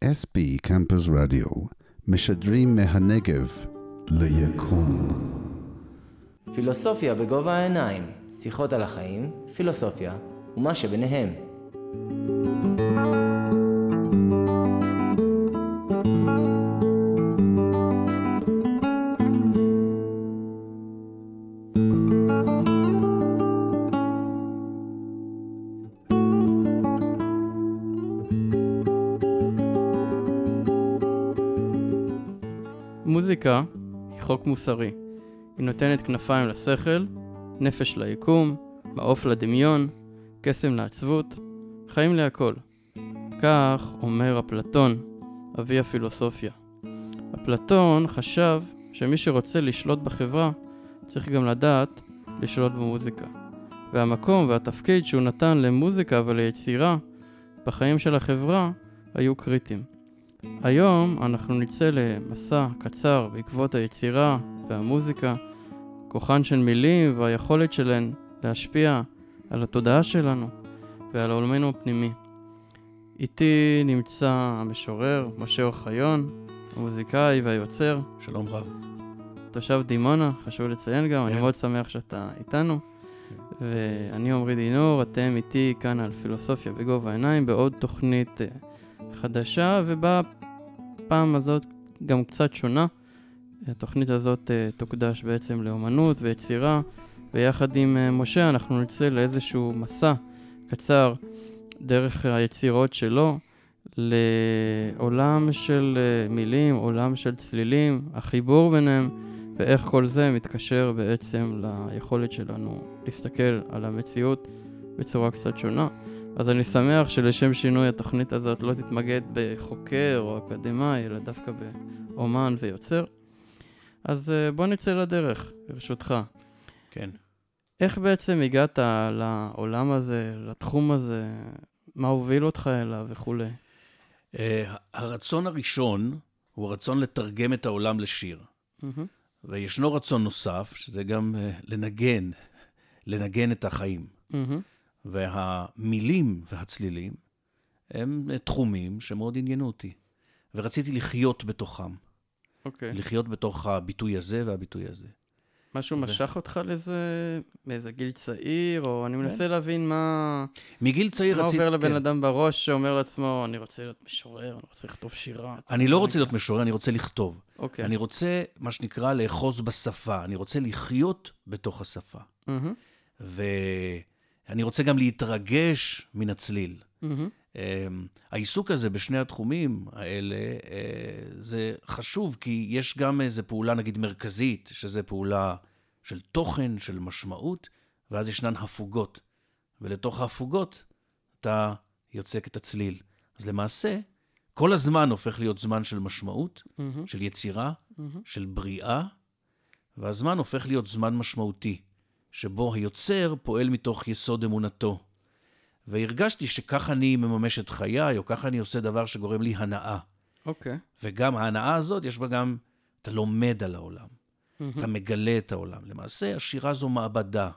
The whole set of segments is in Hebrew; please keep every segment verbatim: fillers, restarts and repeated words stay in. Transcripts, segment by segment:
אס בי קמפוס רדיו משדרים מהנגב ליקום. פילוסופיה בגובה העיניים, שיחות על החיים, פילוסופיה ומה שביניהם. מוזיקה היא חוק מוסרי. היא נותנת כנפיים לשכל, נפש ליקום, מעוף לדמיון, קסם לעצבות, חיים להכל. כך אומר אפלטון, אבי הפילוסופיה. אפלטון חשב שמי שרוצה לשלוט בחברה צריך גם לדעת לשלוט במוזיקה. והמקום והתפקיד שהוא נתן למוזיקה וליצירה בחיים של החברה היו קריטיים. היום אנחנו נצא למסע קצר בעקבות היצירה והמוזיקה, כוחן של מילים והיכולת שלהן להשפיע על התודעה שלנו ועל עולמנו הפנימי. איתי נמצא המשורר משה אוחיון, המוזיקאי והיוצר. שלום רב. תושב דימונה, חשוב לציין גם, yeah. אני מאוד שמח שאתה איתנו. Yeah. ואני עומרי דינור, אתם איתי כאן על פילוסופיה בגובה העיניים, בעוד תוכנית חדשה, ובפעם הזאת גם קצת שונה. התוכנית הזאת תוקדש בעצם לאומנות ויצירה, ויחד עם משה אנחנו נצא לאיזשהו מסע קצר דרך היצירות שלו, לעולם של מילים, עולם של צלילים, החיבור ביניהם, ואיך כל זה מתקשר בעצם ליכולת שלנו להסתכל על המציאות בצורה קצת שונה. אז אני שמח שלשם שינוי התוכנית הזאת לא תתמקד בחוקר או אקדמאי, אלא דווקא באומן ויוצר. אז בוא נצא לדרך, ברשותך. כן. איך בעצם הגעת לעולם הזה, לתחום הזה, מה הוביל אותך אליו וכו'? Uh, הרצון הראשון הוא הרצון לתרגם את העולם לשיר. Mm-hmm. וישנו רצון נוסף, שזה גם uh, לנגן, לנגן את החיים. Mm-hmm. והמילים והצלילים הם תחומים שמאוד עניינו אותי. ורציתי לחיות בתוכם. אוקיי. Okay. לחיות בתוך הביטוי הזה והביטוי הזה. משהו ו... משך אותך לזה, מאיזה גיל צעיר, או אני מנסה כן. להבין מה... מגיל צעיר מה רציתי... עובר לבן כן. אדם בראש שאומר לעצמו, אני רוצה להיות משורר, אני רוצה לכתוב שירה. אני לא רוצה להיות משורר, אני רוצה לכתוב. אוקיי. אני רוצה, מה שנקרא, לאחוז בשפה. אני רוצה לחיות בתוך השפה. Mm-hmm. ואני רוצה גם להתרגש מן הצליל. Mm-hmm. העיסוק הזה בשני התחומים האלה, זה חשוב, כי יש גם איזו פעולה, נגיד, מרכזית, שזה פעולה של תוכן, של משמעות, ואז ישנן הפוגות. ולתוך ההפוגות אתה יוצק את הצליל. אז למעשה, כל הזמן הופך להיות זמן של משמעות, mm-hmm. של יצירה, mm-hmm. של בריאה, והזמן הופך להיות זמן משמעותי, שבו היוצר פועל מתוך יסוד אמונתו. והרגשתי שכך אני מממש את חיי, או ככה אני עושה דבר שגורם לי הנאה. אוקיי. Okay. וגם ההנאה הזאת, יש בה גם, אתה לומד על העולם. Mm-hmm. אתה מגלה את העולם. למעשה, השירה זו מעבדה.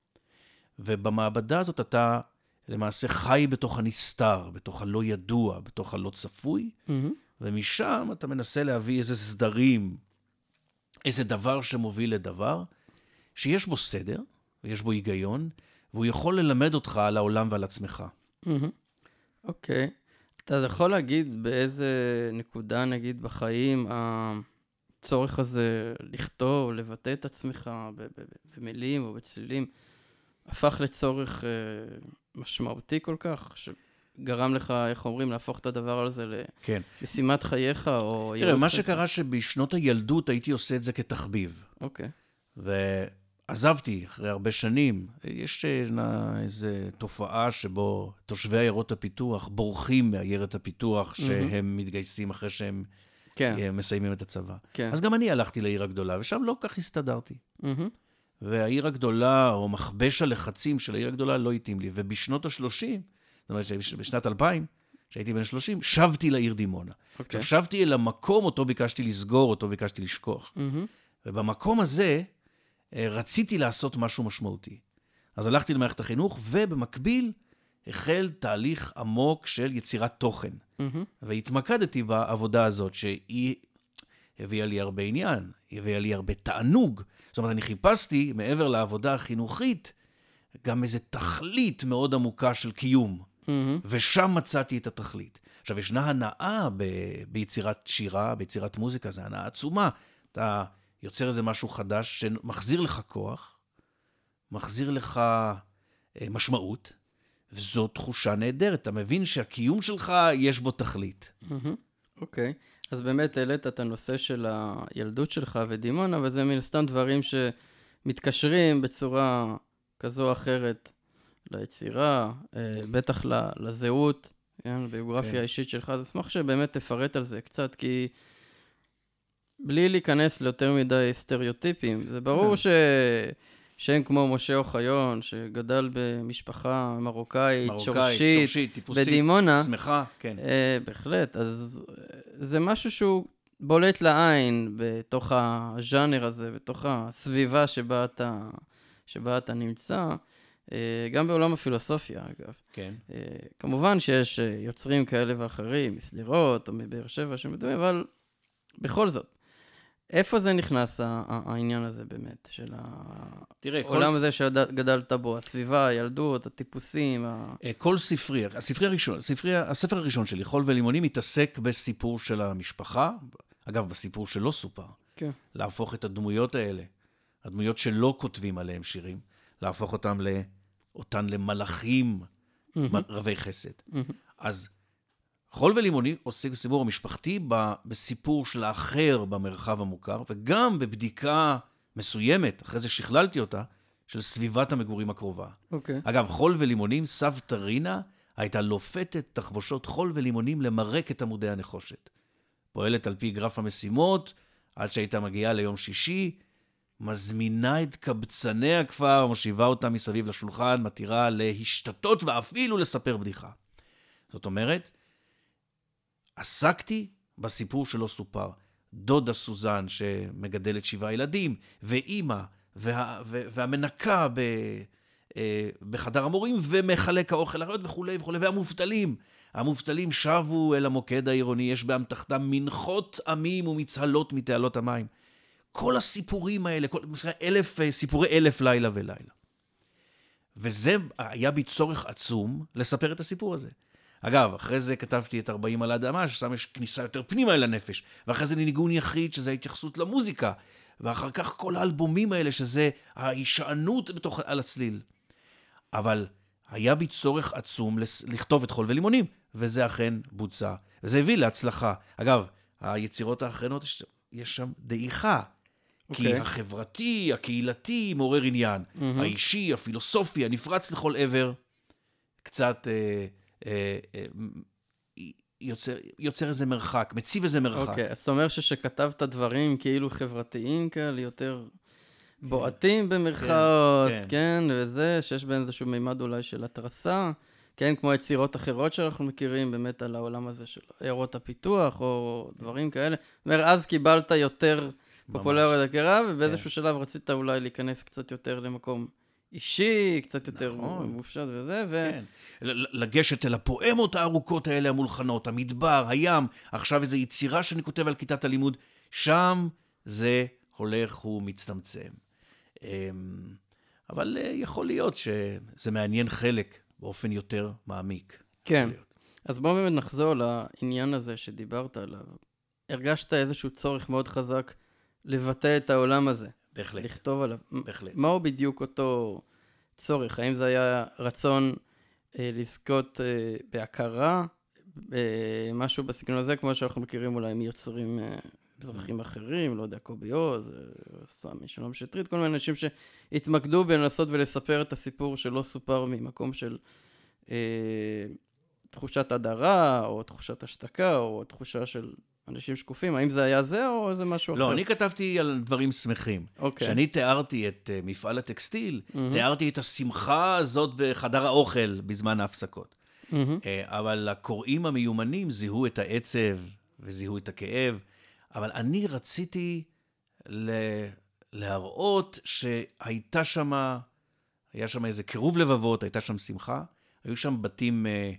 ובמעבדה הזאת אתה למעשה חי בתוך הנסתר, בתוך הלא ידוע, בתוך הלא צפוי, mm-hmm. ומשם אתה מנסה להביא איזה סדרים, איזה דבר שמוביל לדבר, שיש בו סדר, ויש בו היגיון, והוא יכול ללמד אותך על העולם ועל עצמך. אוקיי. אתה יכול להגיד באיזה נקודה, נגיד, בחיים, הצורך הזה לכתוב, לבטא את עצמך במילים או בצלילים, הפך לצורך משמעותי כל כך, שגרם לך, איך אומרים, להפוך את הדבר הזה למשימת חייך, או... תראה, מה שקרה שבשנות הילדות הייתי עושה את זה כתחביב. אוקיי. ו... עזבתי אחרי הרבה שנים. יש איזו תופעה שבו תושבי עיירות הפיתוח בורחים מעיירת הפיתוח, שהם מתגייסים אחרי שהם כן. מסיימים את הצבא. כן. אז גם אני הלכתי לעיר הגדולה, ושם לא כך הסתדרתי. והעיר הגדולה, או מכבש הלחצים של העיר הגדולה, לא התאים לי. ובשנות ה-שלושים, זאת אומרת, בשנת אלפיים, שהייתי בן שלושים, שבתי לעיר דימונה. Okay. שבתי אל המקום, אותו ביקשתי לסגור, אותו ביקשתי לשכוח. ובמקום הזה, רציתי לעשות משהו משמעותי. אז הלכתי למערכת החינוך, ובמקביל החל תהליך עמוק של יצירת תוכן. Mm-hmm. והתמקדתי בעבודה הזאת, שהיא הביאה לי הרבה עניין, היא הביאה לי הרבה תענוג. זאת אומרת, אני חיפשתי, מעבר לעבודה החינוכית, גם איזו תכלית מאוד עמוקה של קיום. Mm-hmm. ושם מצאתי את התכלית. עכשיו, ישנה הנאה ב- ביצירת שירה, ביצירת מוזיקה, זו הנאה עצומה. אתה יוצר איזה משהו חדש שמחזיר לך כוח, מחזיר לך אה, משמעות, וזו תחושה נהדרת. אתה מבין שהקיום שלך יש בו תכלית. אוקיי. אז באמת העלית את הנושא של הילדות שלך ודימונה, וזה מן סתם דברים שמתקשרים בצורה כזו או אחרת ליצירה, בטח לזהות, ביוגרפיה האישית שלך. אז אשמח שבאמת תפרט על זה קצת, כי בלי להיכנס ליותר מדי סטריאוטיפים, זה ברור ש... שם כמו משה אוחיון, שגדל במשפחה מרוקאית, שורשית, שורשית, טיפוסית, בדימונה. שמחה, כן. אה, בהחלט, אז זה משהו שהוא בולט לעין בתוך הז'אנר הזה, בתוך הסביבה שבה אתה, שבה אתה נמצא, אה, גם בעולם הפילוסופיה, אגב. כן. אה, כמובן שיש יוצרים כאלה ואחרים, מסלירות או מבאר שבע שמדומים, אבל בכל זאת. איפה זה נכנס, העניין הזה באמת, של העולם הזה שגדלת בו, הסביבה, הילדות, הטיפוסים? כל ספרי, הספרי הראשון, הספר הראשון שלי, חול ולימונים, מתעסק בסיפור של המשפחה, אגב, בסיפור שלא סופר. כן. להפוך את הדמויות האלה, הדמויות שלא כותבים עליהם שירים, להפוך אותם לאותן למלאכים רבי חסד. אז חול ולימוני עוסק בסיפור המשפחתי, בסיפור של האחר במרחב המוכר, וגם בבדיקה מסוימת, אחרי זה שכללתי אותה, של סביבת המגורים הקרובה. אוקיי. אגב, חול ולימונים, סבתא רינה הייתה לופתת תחבושות חול ולימונים למרק את עמודי הנחושת. פועלת על פי גרף המשימות, עד שהייתה מגיעה ליום שישי, מזמינה את קבצני הכפר, מושיבה אותם מסביב לשולחן, מתירה להשתתות ואפילו לספר בדיחה. זאת אומרת, עסקתי בסיפור שלא סופר. דודה סוזן שמגדלת שבעה ילדים, ואימא, וה, והמנקה ב, בחדר המורים, ומחלק האוכל לחיות וכו' וכו', והמובטלים. המובטלים שבו אל המוקד העירוני, יש באמתחתם מנחות עמים ומצהלות מתעלות המים. כל הסיפורים האלה, כל, אלף, סיפורי אלף לילה ולילה. וזה היה בי צורך עצום לספר את הסיפור הזה. אגב, אחרי זה כתבתי את ארבעים על האדמה, ששם יש כניסה יותר פנימה אל הנפש, ואחרי זה ניגון יחיד, שזה ההתייחסות למוזיקה, ואחר כך כל האלבומים האלה, שזה ההישענות בתוך, על הצליל. אבל היה בי צורך עצום לכתוב את חול ולימונים, וזה אכן בוצע. וזה הביא להצלחה. אגב, היצירות האחרונות, יש, יש שם דעיכה, okay. כי החברתי, הקהילתי, מעורר עניין. Mm-hmm. האישי, הפילוסופי, הנפרץ לכל עבר, קצת... אה, יוצר, יוצר איזה מרחק, מציב איזה מרחק. אוקיי, אז אתה אומר ששכתבת דברים כאילו חברתיים כאלה, יותר בועטים במרכאות, כן, כן, וזה, שיש בין איזשהו מימד אולי של התרסה, כן, כמו יצירות אחרות שאנחנו מכירים באמת על העולם הזה של עיירות הפיתוח, או דברים כאלה. זאת אומרת, אז קיבלת יותר פופולריות הכרה, ובאיזשהו שלב רצית אולי להיכנס קצת יותר למקום אישי, קצת יותר מופשט וזה, ו... כן. לגשת אל הפואמות הארוכות האלה המולחנות, המדבר, הים, עכשיו איזו יצירה שאני כותב על כיתת הלימוד, שם זה הולך ומצטמצם. אבל יכול להיות שזה מעניין חלק באופן יותר מעמיק. כן. אז בואו באמת נחזור לעניין הזה שדיברת עליו. הרגשת איזשהו צורך מאוד חזק לבטא את העולם הזה. בהחלט. לכתוב עליו. בהחלט. מהו בדיוק אותו צורך? האם זה היה רצון אה, לזכות אה, בהכרה? אה, משהו בסגנון הזה, כמו שאנחנו מכירים אולי מיוצרים אה, מזרחים אחרים, לא יודע, קובי עוז, אה, סמי, שלום שטרית, כל מיני אנשים שהתמקדו בלנסות ולספר את הסיפור שלא סופר ממקום של אה, תחושת הדרה, או תחושת השתקה, או תחושה של... אנשים שקופים, האם זה היה זה או זה משהו אחר? לא, אני כתבתי על דברים שמחים. אוקיי. כשאני תיארתי את uh, מפעל הטקסטיל, mm-hmm. תיארתי את השמחה הזאת בחדר האוכל בזמן ההפסקות. Mm-hmm. Uh, אבל הקוראים המיומנים זיהו את העצב וזיהו את הכאב, אבל אני רציתי ל- להראות שהייתה שם, היה שם איזה קירוב לבבות, הייתה שם שמחה, היו שם בתים uh, uh,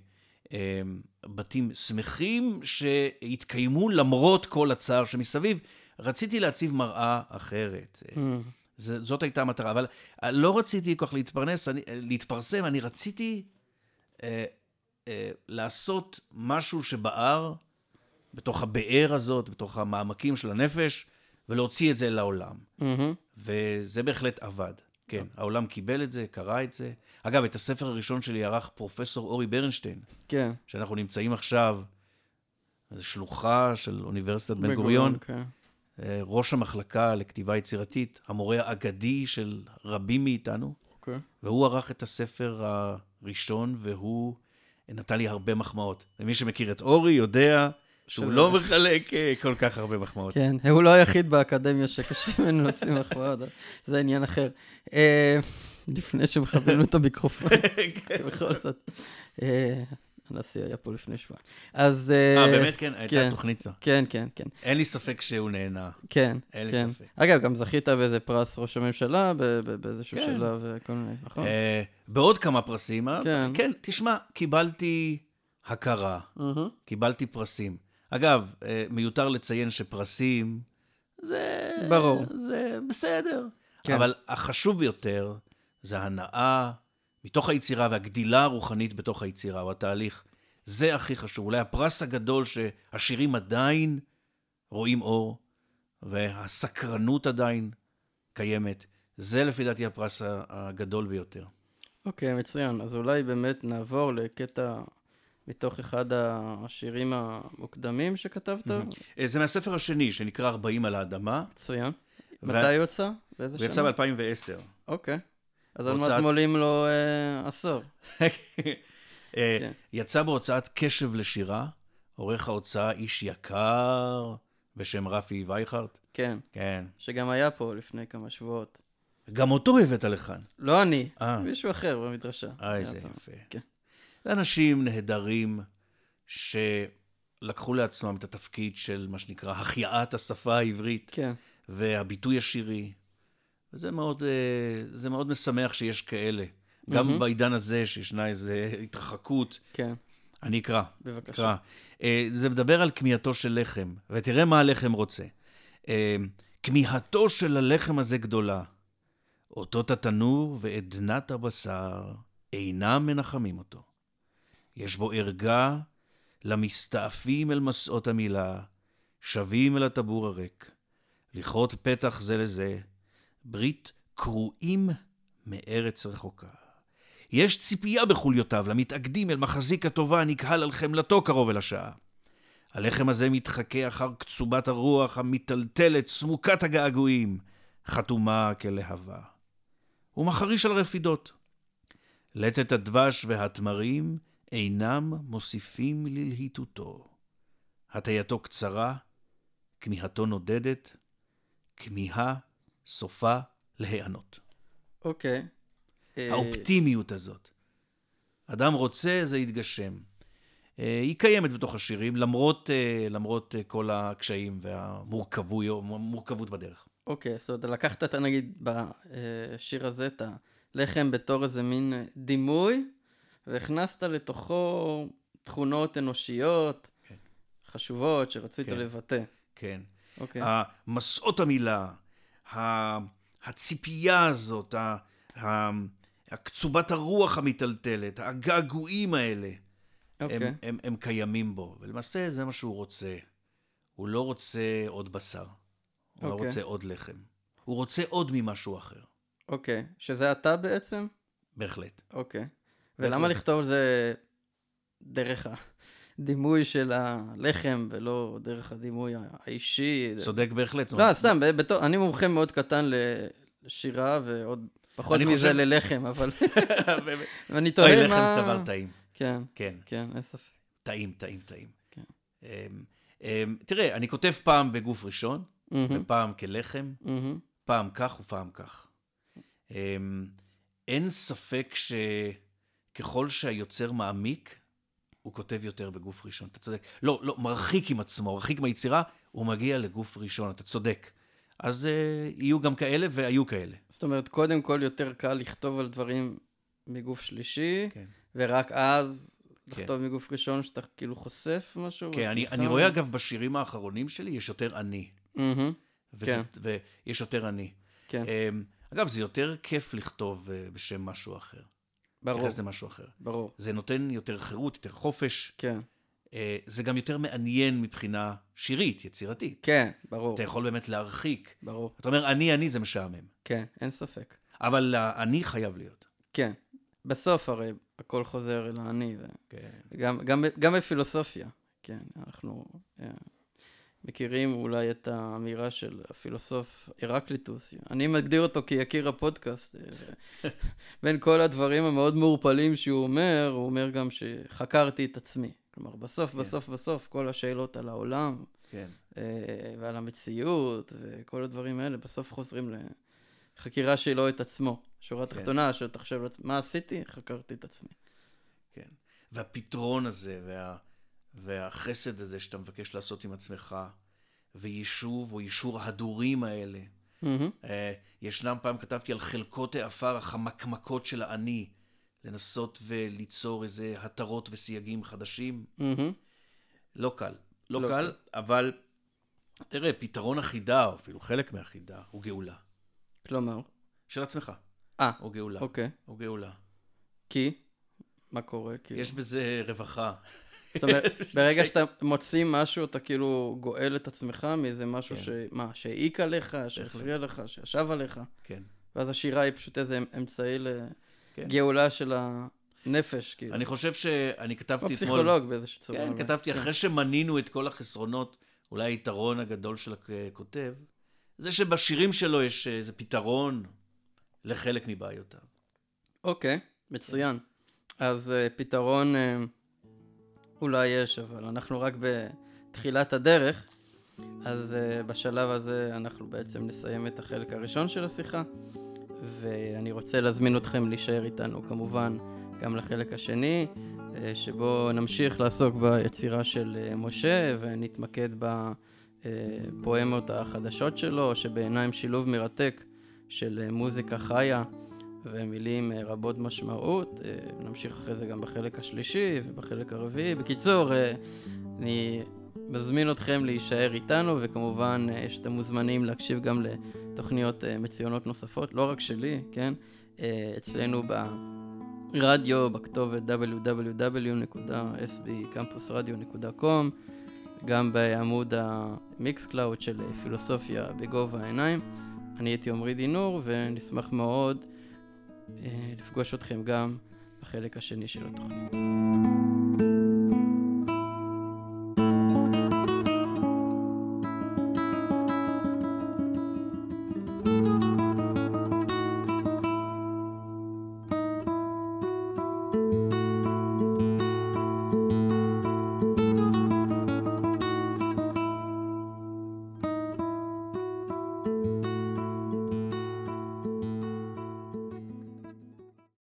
בתים שמחים שהתקיימו למרות כל הצער שמסביב. רציתי להציב מראה אחרת. Mm. זאת הייתה המטרה, אבל לא רציתי כל כך להתפרנס, אני, להתפרסם, אני רציתי אה, אה, לעשות משהו שבער בתוך הבאר הזאת, בתוך המעמקים של הנפש, ולהוציא את זה לעולם. Mm-hmm. וזה בהחלט עבד. כן, okay. העולם קיבל את זה, קרא את זה. אגב, את הספר הראשון שלי ערך פרופסור אורי ברנשטיין, כן. Okay. שאנחנו נמצאים עכשיו, זו שלוחה של אוניברסיטת בן גוריון, okay. ראש המחלקה לכתיבה יצירתית, המורה האגדי של רבים מאיתנו, okay. והוא ערך את הספר הראשון, והוא נתן לי הרבה מחמאות. ומי שמכיר את אורי יודע שהוא שזה... לא מחלק כל כך הרבה מחמאות. כן, הוא לא היחיד באקדמיה שקשה ממנו לשים מחמאות, זה עניין אחר. לפני שמכבלנו את המיקרופון, בכל זאת. הנשיא היה פה לפני שבוע. אז... אה, באמת כן? הייתה תוכנית זו. כן, כן, כן. אין לי ספק שהוא נהנה. כן, אין לי כן. ספק. אגב, גם זכית באיזה פרס ראש הממשלה, באיזשהו שלב וכל מיני, נכון? בעוד כמה פרסים, כן, תשמע, קיבלתי הכרה, קיבלתי פרסים. אגב, מיותר לציין שפרסים, זה... ברור. זה בסדר. כן. אבל החשוב ביותר, זה הנאה מתוך היצירה והגדילה הרוחנית בתוך היצירה, או התהליך. זה הכי חשוב. אולי הפרס הגדול שהשירים עדיין רואים אור, והסקרנות עדיין קיימת. זה לפי דעתי הפרס הגדול ביותר. אוקיי, מצוין. אז אולי באמת נעבור לקטע מתוך אחד השירים המוקדמים שכתבת? זה מהספר השני, שנקרא ארבעים על האדמה. מצוין. מתי הוא יצא? באיזה שנה? הוא יצא ב-אלפיים ועשר. אוקיי. אז עוד מעט מולים לו עשור. יצא בהוצאת קשב לשירה, עורך ההוצאה איש יקר בשם רפי וייכרט. כן. כן. שגם היה פה לפני כמה שבועות. גם אותו הבאת לכאן. לא אני, מישהו אחר במדרשה. אה, זה יפה. כן. זה אנשים נהדרים שלקחו לעצמם את התפקיד של מה שנקרא החייאת השפה העברית. כן. והביטוי השירי. וזה מאוד, זה מאוד משמח שיש כאלה. גם mm-hmm. בעידן הזה שישנה איזו התרחקות. כן. אני אקרא. בבקשה. אקרא. זה מדבר על כמיהתו של לחם, ותראה מה הלחם רוצה. כמיהתו של הלחם הזה גדולה. אותות התנור ועדנת הבשר אינם מנחמים אותו. יש בו ערגה למסתעפים אל מסעות המילה, שווים אל הטבור הריק. לכרות פתח זה לזה, ברית קרועים מארץ רחוקה. יש ציפייה בחוליותיו למתאגדים אל מחזיק הטובה נקהל על חמלתו קרוב אל השעה. הלחם הזה מתחכה אחר קצובת הרוח המטלטלת סמוקת הגעגועים, חתומה כלהבה. הוא מחריש על רפידות. לטת הדבש והתמרים אינם מוסיפים ללהיטותו. הטייתו קצרה, כמיהתו נודדת, כמיהה סופה להיענות. אוקיי. האופטימיות הזאת. אדם רוצה, זה יתגשם. היא קיימת בתוך השירים, למרות, למרות כל הקשיים והמורכבות בדרך. אוקיי, זאת אומרת, לקחת את, נגיד, בשיר הזה, את הלחם בתור איזה מין דימוי, והכנסת לתוכו תכונות אנושיות, כן. חשובות, שרצית כן. לבטא. כן. אוקיי. המסעות המילה, הציפייה הזאת, הקצובת הרוח המטלטלת, הגעגועים האלה, אוקיי. הם, הם, הם קיימים בו. ולמעשה זה מה שהוא רוצה. הוא לא רוצה עוד בשר. הוא אוקיי. לא רוצה עוד לחם. הוא רוצה עוד ממשהו אחר. אוקיי. שזה אתה בעצם? בהחלט. אוקיי. ולמה לכתוב זה דרך הדימוי של הלחם, ולא דרך הדימוי האישי? צודק בהחלט. לא, סתם, אני מומחה מאוד קטן לשירה, ועוד פחות מזה ללחם, אבל... ואני תוהה מה... אוי, לחם זה דבר טעים. כן, כן, אין ספק. טעים, טעים, טעים. תראה, אני כותב פעם בגוף ראשון, ופעם כלחם, פעם כך ופעם כך. אין ספק שככל שהיוצר מעמיק, הוא כותב יותר בגוף ראשון. אתה צודק. לא, לא, מרחיק עם עצמו, מרחיק מהיצירה, הוא מגיע לגוף ראשון, אתה צודק. אז uh, יהיו גם כאלה והיו כאלה. זאת אומרת, קודם כל יותר קל לכתוב על דברים מגוף שלישי, כן. ורק אז לכתוב מגוף ראשון שאתה כאילו חושף משהו? כן, אני, אני רואה אגב בשירים האחרונים שלי, יש יותר אני. Mm-hmm. וזה, כן. ויש יותר אני. כן. אגב, זה יותר כיף לכתוב בשם משהו אחר. ברור. תכנס למשהו אחר. ברור. זה נותן יותר חירות, יותר חופש. כן. זה גם יותר מעניין מבחינה שירית, יצירתית. כן, ברור. אתה יכול באמת להרחיק. ברור. אתה אומר, אני, אני, זה משעמם. כן, אין ספק. אבל אני חייב להיות. כן. בסוף הרי הכל חוזר אל האני. ו... כן. גם, גם, גם בפילוסופיה. כן, אנחנו מכירים אולי את האמירה של הפילוסוף הרקליטוס. אני מגדיר אותו כיקיר הפודקאסט. בין כל הדברים המאוד מעורפלים שהוא אומר, הוא אומר גם שחקרתי את עצמי. כלומר, בסוף, כן. בסוף, בסוף, כל השאלות על העולם, כן. ועל המציאות, וכל הדברים האלה, בסוף חוזרים לחקירה שלו את עצמו. שורה כן. תחתונה, שתחשב, מה עשיתי? חקרתי את עצמי. כן. והפתרון הזה, וה... והחסד הזה שאתה מבקש לעשות עם עצמך, ויישוב או יישור ההדורים האלה. Mm-hmm. ישנם פעם, כתבתי על חלקות העפר, החמקמקות של האני, לנסות וליצור איזה התרות וסייגים חדשים. Mm-hmm. לא קל. לא, לא קל, קל, אבל תראה, פתרון החידה, או אפילו חלק מהחידה, הוא גאולה. כלומר? של עצמך. אה, הוא גאולה. אוקיי. הוא גאולה. כי? מה קורה? יש בזה רווחה. זאת אומרת, ברגע שאתה מוציא משהו, אתה כאילו גואל את עצמך מאיזה משהו ש... מה, שהעיק עליך, שהפריע לך, שישב עליך. כן. ואז השירה היא פשוט איזה אמצעי לגאולה של הנפש, כאילו. אני חושב שאני כתבתי אתמול... או פסיכולוג באיזושהי צורה. כן, כתבתי אחרי שמנינו את כל החסרונות, אולי היתרון הגדול של הכותב, זה שבשירים שלו יש איזה פתרון לחלק מבעיותיו. אוקיי, מצוין. אז פתרון... אולי יש, אבל אנחנו רק בתחילת הדרך, אז uh, בשלב הזה אנחנו בעצם נסיים את החלק הראשון של השיחה, ואני רוצה להזמין אתכם להישאר איתנו כמובן גם לחלק השני, uh, שבו נמשיך לעסוק ביצירה של uh, משה, ונתמקד בפואמות החדשות שלו, שבעיניים שילוב מרתק של uh, מוזיקה חיה, ומילים רבות משמעות. נמשיך אחרי זה גם בחלק השלישי ובחלק הרביעי. בקיצור, אני מזמין אתכם להישאר איתנו, וכמובן שאתם מוזמנים להקשיב גם לתוכניות מצוינות נוספות, לא רק שלי, כן? אצלנו ברדיו, בכתובת דאבליו דאבליו דאבליו נקודה אס בי קמפוס רדיו נקודה קום, גם בעמוד המיקס קלאוד של פילוסופיה בגובה העיניים. אני הייתי עמרי דינור, ונשמח מאוד לפגוש אתכם גם בחלק השני של התוכנית.